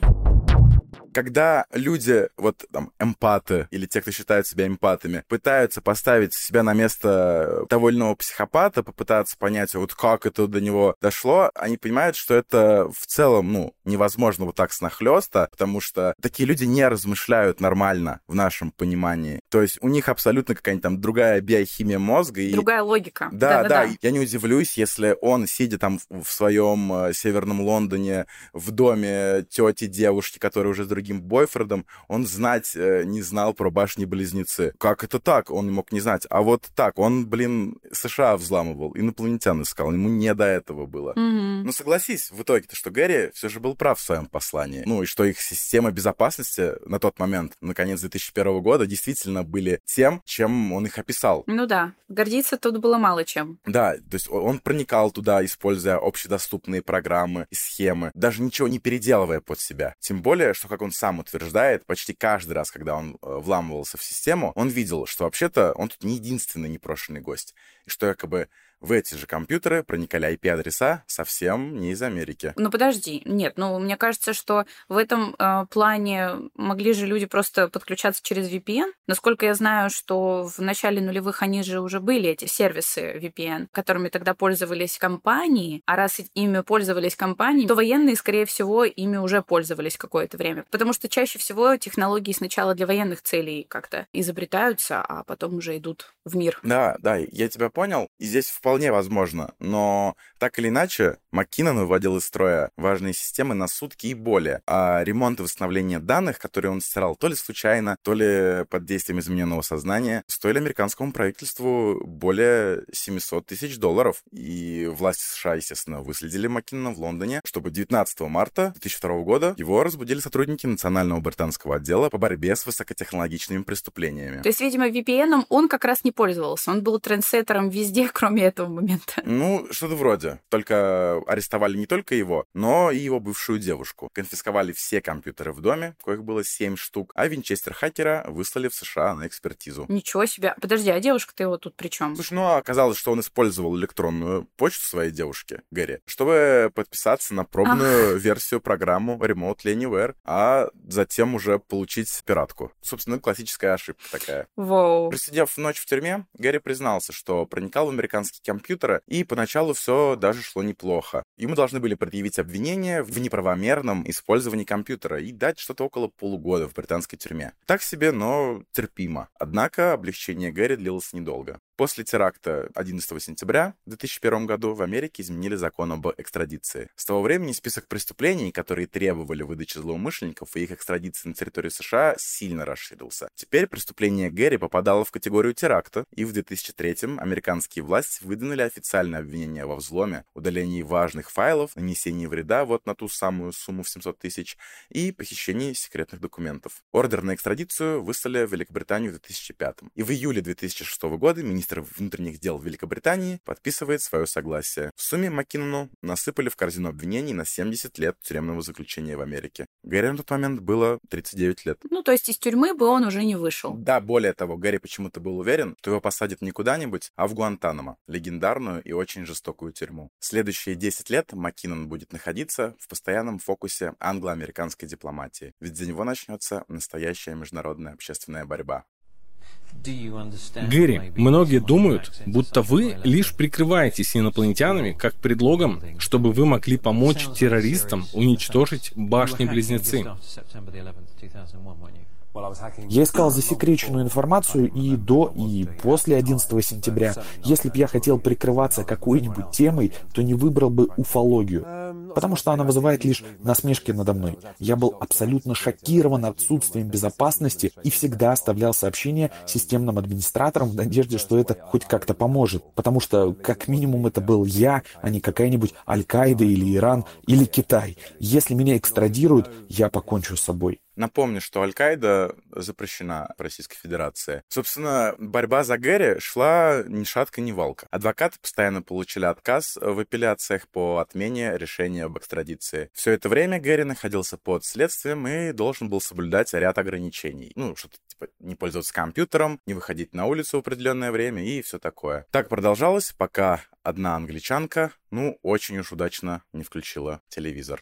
Speaker 1: Когда люди, вот там, эмпаты или те, кто считают себя эмпатами, пытаются поставить себя на место того или иного психопата, попытаться понять, вот как это до него дошло, они понимают, что это в целом, ну, невозможно вот так снахлёста, потому что такие люди не размышляют нормально в нашем понимании. То есть у них абсолютно какая-нибудь там другая биохимия мозга. И...
Speaker 3: Другая логика.
Speaker 1: Да, да, да. Я не удивлюсь, если он, сидя там в своем северном Лондоне, в доме тети девушки, которая уже с другим бойфрендом, он знать э, не знал про башни-близнецы. Как это так? Он не мог не знать. А вот так, он, блин, США взламывал, инопланетян искал, ему не до этого было.
Speaker 3: Mm-hmm.
Speaker 1: Ну, согласись, в итоге-то, что Гэри все же был прав в своем послании. Ну, и что их система безопасности на тот момент, на конец две тысячи первого года, действительно были тем, чем он их описал.
Speaker 3: Ну да, гордиться тут было мало чем.
Speaker 1: Да, то есть он проникал туда, используя общедоступные программы и схемы, даже ничего не переделывая под себя. Тем более, что, как он сам утверждает, почти каждый раз, когда он вламывался в систему, он видел, что вообще-то он тут не единственный непрошенный гость, и что якобы в эти же компьютеры проникали ай пи-адреса совсем не из Америки.
Speaker 3: Ну, подожди. Нет, ну, мне кажется, что в этом э, плане могли же люди просто подключаться через ви пи эн. Насколько я знаю, что в начале нулевых они же уже были, эти сервисы ви пи эн, которыми тогда пользовались компании, а раз ими пользовались компании, то военные, скорее всего, ими уже пользовались какое-то время. Потому что чаще всего технологии сначала для военных целей как-то изобретаются, а потом уже идут в мир.
Speaker 1: Да, да, я тебя понял. И здесь вполне возможно. Но так или иначе, Маккинон выводил из строя важные системы на сутки и более. А ремонт и восстановление данных, которые он стирал то ли случайно, то ли под действием измененного сознания, стоили американскому правительству более семьсот тысяч долларов. И власти США, естественно, выследили Маккинона в Лондоне, чтобы девятнадцатого марта две тысячи второго года его разбудили сотрудники Национального британского отдела по борьбе с высокотехнологичными преступлениями.
Speaker 3: То есть, видимо, ви пи эн он как раз не пользовался. Он был трендсеттером везде, кроме этого момента.
Speaker 1: Ну, что-то вроде. Только арестовали не только его, но и его бывшую девушку. Конфисковали все компьютеры в доме, коих было семь штук, а винчестер хакера выслали в США на экспертизу.
Speaker 3: Ничего себе. Подожди, а девушка-то его тут при чем?
Speaker 1: Слушай, ну, оказалось, что он использовал электронную почту своей девушки, Гэри, чтобы подписаться на пробную Ах. версию программу Remote Anywhere, а затем уже получить пиратку. Собственно, классическая ошибка такая.
Speaker 3: Воу.
Speaker 1: Просидев ночь в тюрьме, Гэри признался, что проникал в американские компьютеры, и поначалу все даже шло неплохо. Ему должны были предъявить обвинение в неправомерном использовании компьютера и дать что-то около полугода в британской тюрьме. Так себе, но терпимо. Однако облегчение Гэри длилось недолго. После теракта одиннадцатого сентября две тысячи первом году в Америке изменили закон об экстрадиции. С того времени список преступлений, которые требовали выдачи злоумышленников и их экстрадиции на территорию США, сильно расширился. Теперь преступление Гэри попадало в категорию теракта, и в две тысячи третьем американские власти выдвинули официальное обвинение во взломе, удалении важных файлов, нанесении вреда вот на ту самую сумму в семьсот тысяч и похищении секретных документов. Ордер на экстрадицию выслали в Великобританию в две тысячи пятом. И в июле две тысячи шестого года министр внутренних дел Великобритании подписывает свое согласие. В сумме Маккинону насыпали в корзину обвинений на семьдесят лет тюремного заключения в Америке. Гэри на тот момент было тридцать девять лет.
Speaker 3: Ну, то есть из тюрьмы бы он уже не вышел.
Speaker 1: Да, более того, Гэри почему-то был уверен, что его посадят не куда-нибудь, а в Гуантанамо, легендарную и очень жестокую тюрьму. Следующие десять лет Маккинон будет находиться в постоянном фокусе англо-американской дипломатии, ведь за него начнется настоящая международная общественная борьба.
Speaker 2: Гэри, многие думают, будто вы лишь прикрываетесь инопланетянами как предлогом, чтобы вы могли помочь террористам уничтожить башни-близнецы.
Speaker 4: Я искал засекреченную информацию и до, и после одиннадцатого сентября. Если бы я хотел прикрываться какой-нибудь темой, то не выбрал бы уфологию, потому что она вызывает лишь насмешки надо мной. Я был абсолютно шокирован отсутствием безопасности и всегда оставлял сообщения системным администраторам в надежде, что это хоть как-то поможет, потому что как минимум это был я, а не какая-нибудь Аль-Каида или Иран или Китай. Если меня экстрадируют, я покончу с собой.
Speaker 1: Напомню, что Аль-Каида запрещена в Российской Федерации. Собственно, борьба за Гэри шла ни шатка, ни валка. Адвокаты постоянно получили отказ в апелляциях по отмене решения об экстрадиции. Все это время Гэри находился под следствием и должен был соблюдать ряд ограничений. Ну, что-то типа не пользоваться компьютером, не выходить на улицу в определенное время и все такое. Так продолжалось, пока одна англичанка, ну, очень уж удачно не включила телевизор.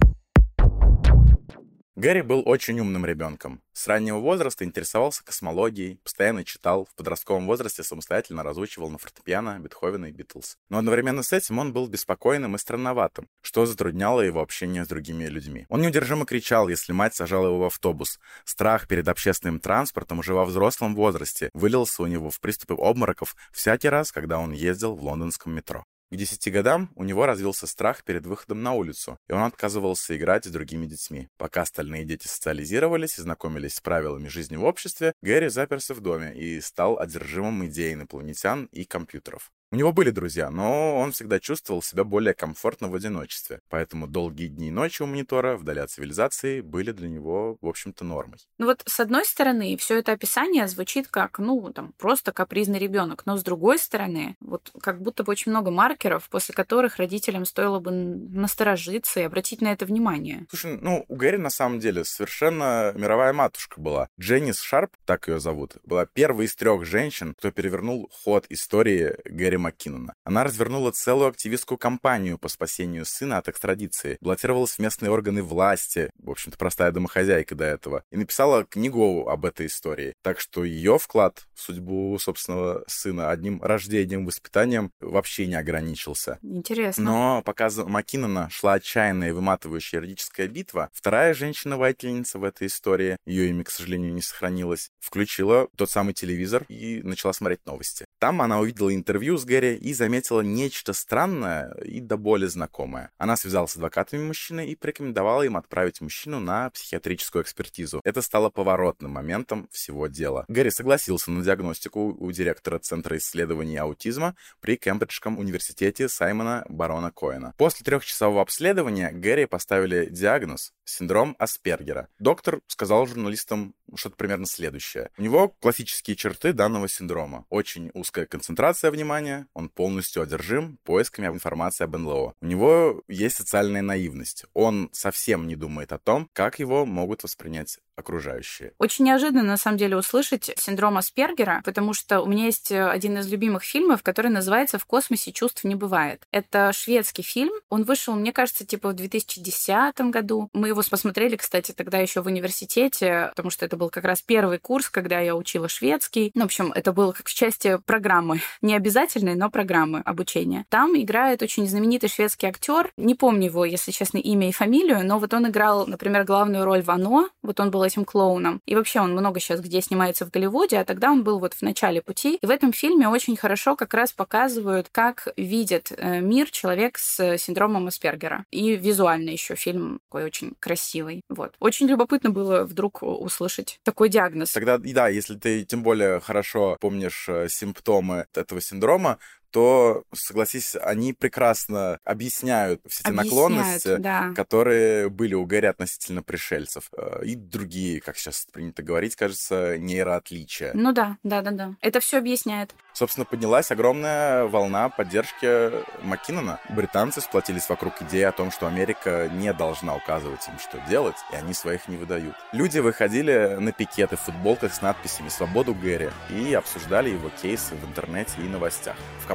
Speaker 1: Гэри был очень умным ребенком. С раннего возраста интересовался космологией, постоянно читал, в подростковом возрасте самостоятельно разучивал на фортепиано Бетховена и Битлз. Но одновременно с этим он был беспокойным и странноватым, что затрудняло его общение с другими людьми. Он неудержимо кричал, если мать сажала его в автобус. Страх перед общественным транспортом уже во взрослом возрасте вылился у него в приступы обмороков всякий раз, когда он ездил в лондонском метро. К десяти годам у него развился страх перед выходом на улицу, и он отказывался играть с другими детьми. Пока остальные дети социализировались и знакомились с правилами жизни в обществе, Гэри заперся в доме и стал одержимым идеей инопланетян и компьютеров. У него были друзья, но он всегда чувствовал себя более комфортно в одиночестве, поэтому долгие дни и ночи у монитора, вдали от цивилизации, были для него, в общем-то, нормой.
Speaker 3: Ну вот, с одной стороны, все это описание звучит как, ну, там, просто капризный ребенок, но с другой стороны, вот как будто бы очень много маркеров, после которых родителям стоило бы насторожиться и обратить на это внимание.
Speaker 1: Слушай, ну, у Гэри на самом деле совершенно мировая матушка была. Дженнис Шарп, так ее зовут, была первой из трех женщин, кто перевернул ход истории Гэри Маккинона. Она развернула целую активистскую кампанию по спасению сына от экстрадиции, баллотировалась в местные органы власти, в общем-то, простая домохозяйка до этого, и написала книгу об этой истории. Так что ее вклад в судьбу собственного сына одним рождением, воспитанием вообще не ограничился.
Speaker 3: Интересно.
Speaker 1: Но пока за Маккинона шла отчаянная и выматывающая юридическая битва, вторая женщина-воительница в этой истории, ее имя, к сожалению, не сохранилось, включила тот самый телевизор и начала смотреть новости. Там она увидела интервью с Гэри и заметила нечто странное и до боли знакомое. Она связалась с адвокатами мужчины и порекомендовала им отправить мужчину на психиатрическую экспертизу. Это стало поворотным моментом всего дела. Гэри согласился на диагностику у директора Центра исследований аутизма при Кембриджском университете Саймона Барона Коэна. После трехчасового обследования Гэри поставили диагноз — синдром Аспергера. Доктор сказал журналистам что-то примерно следующее. У него классические черты данного синдрома. Очень узкая концентрация внимания, он полностью одержим поисками информации об эн эл о. У него есть социальная наивность. Он совсем не думает о том, как его могут воспринять окружающие.
Speaker 3: Очень неожиданно, на самом деле, услышать синдром Аспергера, потому что у меня есть один из любимых фильмов, который называется «В космосе чувств не бывает». Это шведский фильм. Он вышел, мне кажется, типа в две тысячи десятом году. Мы его посмотрели, кстати, тогда еще в университете, потому что это был как раз первый курс, когда я учила шведский. Ну, в общем, это было как в части программы. Не обязательной, но программы обучения. Там играет очень знаменитый шведский актер. Не помню его, если честно, имя и фамилию, но вот он играл, например, главную роль в «Оно». Вот он был этим клоуном. И вообще он много сейчас где снимается в Голливуде, а тогда он был вот в начале пути. И в этом фильме очень хорошо как раз показывают, как видит мир человек с синдромом Аспергера. И визуально еще фильм такой очень красивый. Вот. Очень любопытно было вдруг услышать такой диагноз.
Speaker 1: Тогда, да, если ты тем более хорошо помнишь симптомы этого синдрома, то, согласись, они прекрасно объясняют все эти
Speaker 3: Объясняют,
Speaker 1: наклонности,
Speaker 3: да.
Speaker 1: которые были у Гэри относительно пришельцев. И другие, как сейчас принято говорить, кажется, нейроотличия.
Speaker 3: Ну да, да-да-да. Это все объясняет.
Speaker 1: Собственно, поднялась огромная волна поддержки Маккинона. Британцы сплотились вокруг идеи о том, что Америка не должна указывать им, что делать, и они своих не выдают. Люди выходили на пикеты в футболках с надписями «Свободу Гэри» и обсуждали его кейсы в интернете и новостях. В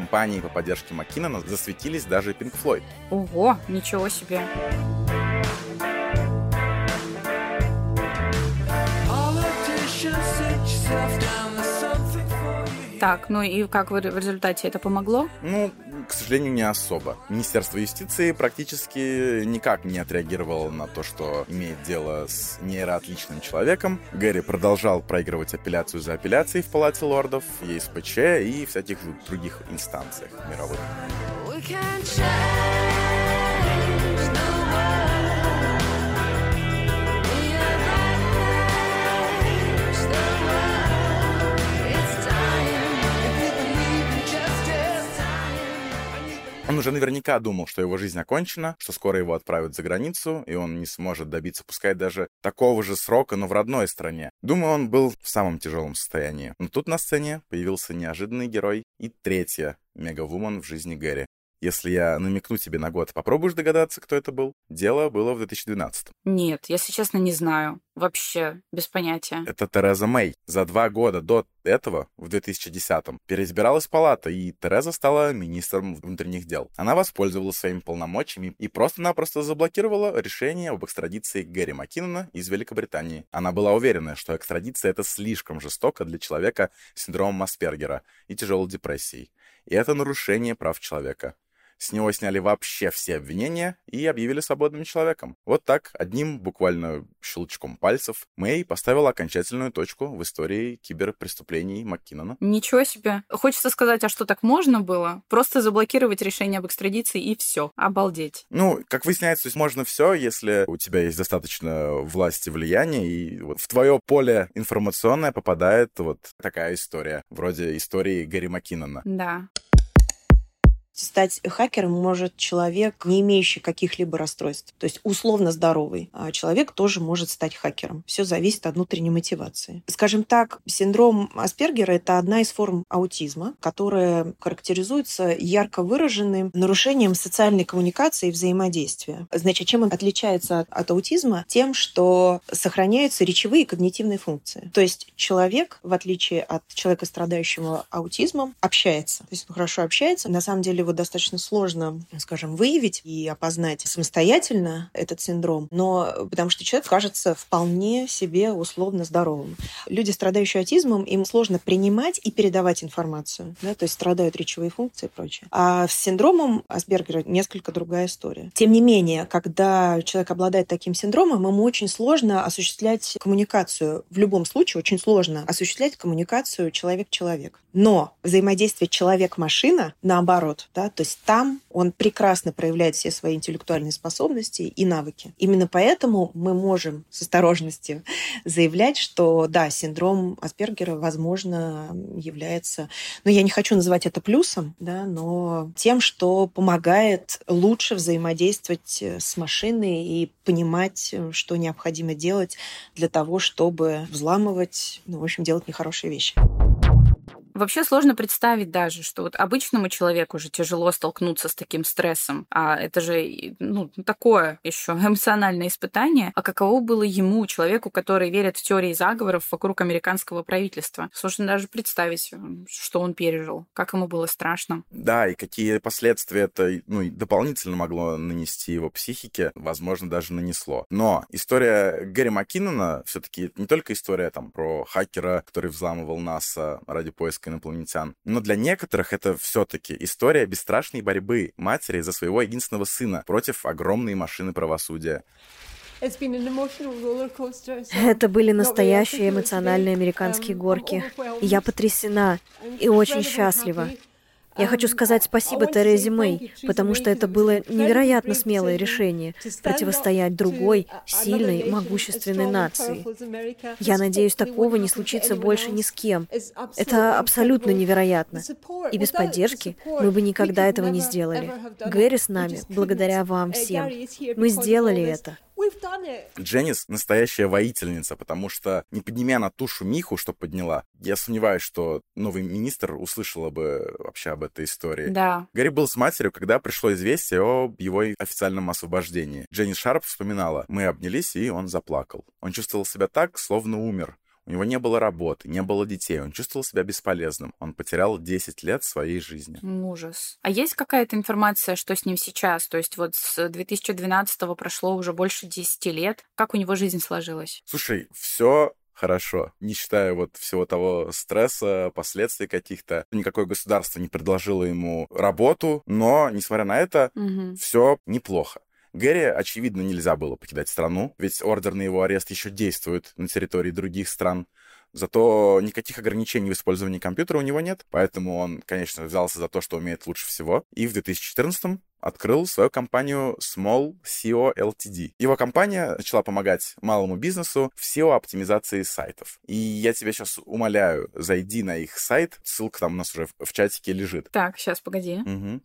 Speaker 1: кампании по поддержке Маккинона засветились даже Pink Floyd.
Speaker 3: Ого, ничего себе. Так, ну и как в результате это помогло?
Speaker 1: Ну, к сожалению, не особо. Министерство юстиции практически никак не отреагировало на то, что имеет дело с нейроотличным человеком. Гэри продолжал проигрывать апелляцию за апелляцией в Палате лордов, ЕСПЧ и всяких других инстанциях мировых. Он уже наверняка думал, что его жизнь окончена, что скоро его отправят за границу, и он не сможет добиться, пускай даже такого же срока, но в родной стране. Думаю, он был в самом тяжелом состоянии. Но тут на сцене появился неожиданный герой и третья мегавумен в жизни Гэри. Если я намекну тебе на год, попробуешь догадаться, кто это был? Дело было в две тысячи двенадцатом.
Speaker 3: Нет, если честно, не знаю. Вообще, без понятия.
Speaker 1: Это Тереза Мэй. За два года до этого, в две тысячи десятом, переизбиралась палата, и Тереза стала министром внутренних дел. Она воспользовалась своими полномочиями и просто-напросто заблокировала решение об экстрадиции Гэри Маккинона из Великобритании. Она была уверена, что экстрадиция — это слишком жестоко для человека с синдромом Аспергера и тяжелой депрессией. И это нарушение прав человека. С него сняли вообще все обвинения и объявили свободным человеком. Вот так, одним буквально щелчком пальцев, Мэй поставила окончательную точку в истории киберпреступлений Маккинона.
Speaker 3: Ничего себе. Хочется сказать, а что, так можно было? Просто заблокировать решение об экстрадиции и все. Обалдеть.
Speaker 1: Ну, как выясняется, то есть можно все, если у тебя есть достаточно власти, влияния, и вот в твое поле информационное попадает вот такая история, вроде истории Гэри Маккинона.
Speaker 3: Да.
Speaker 7: Стать хакером может человек, не имеющий каких-либо расстройств, то есть условно здоровый. А человек тоже может стать хакером. Все зависит от внутренней мотивации. Скажем так, синдром Аспергера – это одна из форм аутизма, которая характеризуется ярко выраженным нарушением социальной коммуникации и взаимодействия. Значит, чем он отличается от, от аутизма? Тем, что сохраняются речевые и когнитивные функции. То есть человек, в отличие от человека, страдающего аутизмом, общается. То есть он хорошо общается. На самом деле его достаточно сложно, скажем, выявить и опознать самостоятельно этот синдром, но потому что человек кажется вполне себе условно здоровым. Люди, страдающие аутизмом, им сложно принимать и передавать информацию, да, то есть страдают речевые функции и прочее. А с синдромом Аспергера несколько другая история. Тем не менее, когда человек обладает таким синдромом, ему очень сложно осуществлять коммуникацию. В любом случае очень сложно осуществлять коммуникацию человек-человек. Но взаимодействие человек-машина, наоборот, да, то есть там он прекрасно проявляет все свои интеллектуальные способности и навыки. Именно поэтому мы можем с осторожностью заявлять, что да, синдром Аспергера, возможно, является, ну, я не хочу называть это плюсом, да, но тем, что помогает лучше взаимодействовать с машиной и понимать, что необходимо делать для того, чтобы взламывать, ну, в общем, делать нехорошие вещи.
Speaker 3: Вообще сложно представить даже, что вот обычному человеку уже тяжело столкнуться с таким стрессом. А это же, ну, такое еще эмоциональное испытание. А каково было ему, человеку, который верит в теории заговоров вокруг американского правительства? Сложно даже представить, что он пережил, как ему было страшно.
Speaker 1: Да, и какие последствия это, ну, дополнительно могло нанести его психике, возможно, даже нанесло. Но история Гэри Маккинона все-таки не только история там про хакера, который взламывал НАСА ради поиска инопланетян. Но для некоторых это все-таки история бесстрашной борьбы матери за своего единственного сына против огромной машины правосудия.
Speaker 8: Это были настоящие эмоциональные американские горки. И я потрясена и очень счастлива. Я хочу сказать спасибо Терезе Мэй, потому что это было невероятно смелое решение — противостоять другой, сильной, могущественной нации. Я надеюсь, такого не случится больше ни с кем. Это абсолютно невероятно. И без поддержки мы бы никогда этого не сделали. Гэри с нами, благодаря вам всем. Мы сделали это.
Speaker 1: Дженнис — настоящая воительница, потому что, не поднимя на ту шумиху, что подняла, я сомневаюсь, что новый министр услышала бы вообще об этой истории.
Speaker 3: Да.
Speaker 1: Гэри был с матерью, когда пришло известие об его официальном освобождении. Дженнис Шарп вспоминала: «Мы обнялись, и он заплакал. Он чувствовал себя так, словно умер. У него не было работы, не было детей, он чувствовал себя бесполезным. Он потерял десять лет своей жизни.
Speaker 3: Ужас. А есть какая-то информация, что с ним сейчас? То есть вот с две тысячи двенадцатого прошло уже больше десяти лет. Как у него жизнь сложилась?
Speaker 1: Слушай, все хорошо. Не считая вот всего того стресса, последствий каких-то. Никакое государство не предложило ему работу, но, несмотря на это, угу. все неплохо. Гэри, очевидно, нельзя было покидать страну, ведь ордер на его арест еще действует на территории других стран. Зато никаких ограничений в использовании компьютера у него нет, поэтому он, конечно, взялся за то, что умеет лучше всего, и в две тысячи четырнадцатом открыл свою компанию Small си и о эл ти ди. Его компания начала помогать малому бизнесу в си и о-оптимизации сайтов. И я тебя сейчас умоляю, зайди на их сайт, ссылка там у нас уже в чатике лежит.
Speaker 3: Так, сейчас, погоди.
Speaker 1: Угу.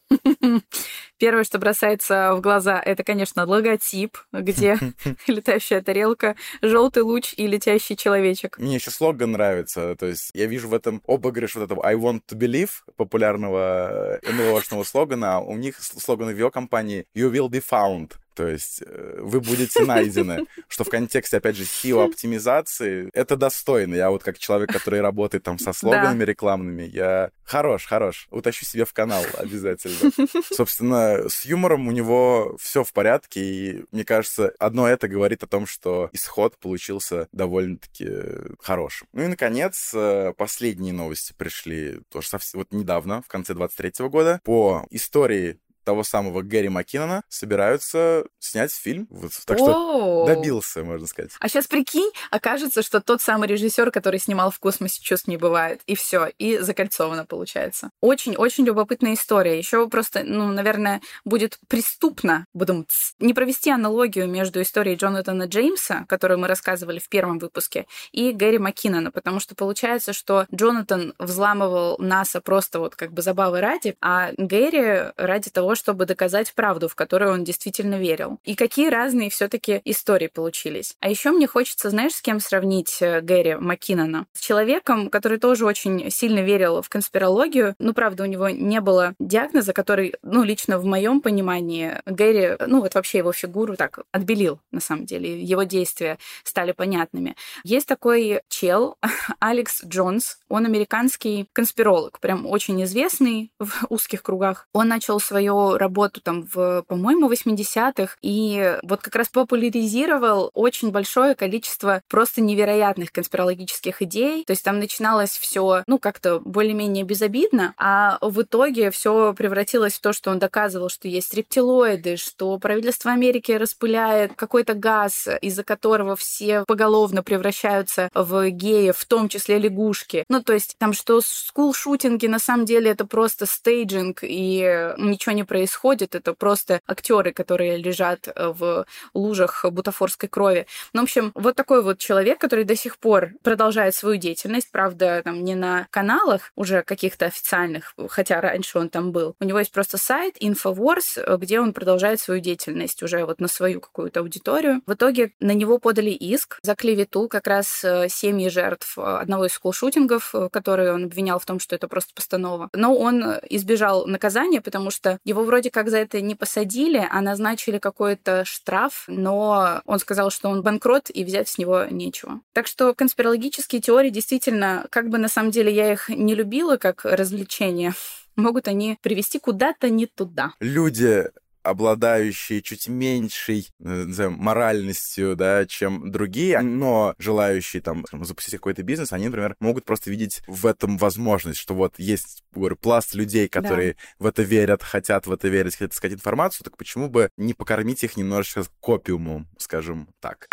Speaker 3: Первое, что бросается в глаза, это, конечно, логотип, где летающая тарелка, желтый луч и летящий человечек.
Speaker 1: Мне еще слоган нравится. То есть я вижу в этом обыгрыш вот этого I want to believe, популярного эн эл о-шного слогана. У них слоган в его компании You will be found. То есть вы будете найдены, что в контексте, опять же, си и о-оптимизации это достойно. Я вот как человек, который работает там со слоганами да. рекламными, я хорош, хорош. Утащу себе в канал обязательно. Собственно, с юмором у него все в порядке, и мне кажется, одно это говорит о том, что исход получился довольно-таки хорошим. Ну и, наконец, последние новости пришли тоже совсем вот недавно, в конце двадцать третьего года, по истории того самого Гэри Маккинона собираются снять фильм. Вот, так что добился, можно сказать.
Speaker 3: А сейчас прикинь, окажется, что тот самый режиссер, который снимал «В космосе чувств не бывает», и все, и закольцовано получается. Очень-очень любопытная история. Еще просто, ну, наверное, будет преступно, будем не провести аналогию между историей Джонатана Джеймса, которую мы рассказывали в первом выпуске, и Гэри Маккинона, потому что получается, что Джонатан взламывал НАСА просто вот как бы забавы ради, а Гэри ради того, чтобы доказать правду, в которую он действительно верил. И какие разные все-таки истории получились. А еще мне хочется, знаешь, с кем сравнить Гэри Маккинона? С человеком, который тоже очень сильно верил в конспирологию. Ну, правда, у него не было диагноза, который, ну, лично в моем понимании, Гэри, ну, вот вообще его фигуру так отбелил, на самом деле. Его действия стали понятными. Есть такой чел, Алекс Джонс. Он американский конспиролог, прям очень известный в узких кругах. Он начал свою работу там в, по-моему, восьмидесятых, и вот как раз популяризировал очень большое количество просто невероятных конспирологических идей. То есть там начиналось все, ну, как-то более-менее безобидно, а в итоге все превратилось в то, что он доказывал, что есть рептилоиды, что правительство Америки распыляет какой-то газ, из-за которого все поголовно превращаются в геев, в том числе лягушки. Ну, то есть там что скул-шутинги, на самом деле это просто стейджинг, и ничего не происходит, это просто актеры, которые лежат в лужах бутафорской крови. Ну, в общем, вот такой вот человек, который до сих пор продолжает свою деятельность, правда, там не на каналах уже каких-то официальных, хотя раньше он там был. У него есть просто сайт Infowars, где он продолжает свою деятельность уже вот на свою какую-то аудиторию. В итоге на него подали иск за клевету, как раз семьи жертв одного из скулшутингов, который он обвинял в том, что это просто постанова. Но он избежал наказания, потому что его вроде как за это не посадили, а назначили какой-то штраф, но он сказал, что он банкрот, и взять с него нечего. Так что конспирологические теории действительно, как бы на самом деле я их не любила как развлечение, могут они привести куда-то не туда.
Speaker 1: Люди, обладающие чуть меньшей, назовем, моральностью, да, чем другие, но желающие там запустить какой-то бизнес, они, например, могут просто видеть в этом возможность, что вот есть, говорю, пласт людей, которые да. в это верят, хотят в это верить, хотят искать информацию, так почему бы не покормить их немножечко копиумом, скажем так.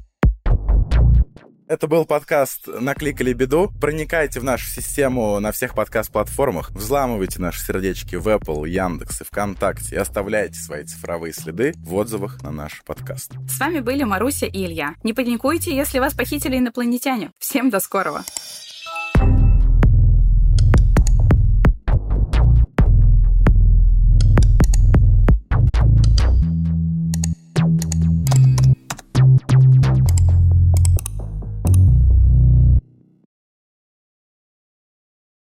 Speaker 1: Это был подкаст «Накликали беду». Проникайте в нашу систему на всех подкаст-платформах, взламывайте наши сердечки в Apple, Яндекс и ВКонтакте и оставляйте свои цифровые следы в отзывах на наш подкаст.
Speaker 3: С вами были Маруся и Илья. Не паникуйте, если вас похитили инопланетяне. Всем до скорого!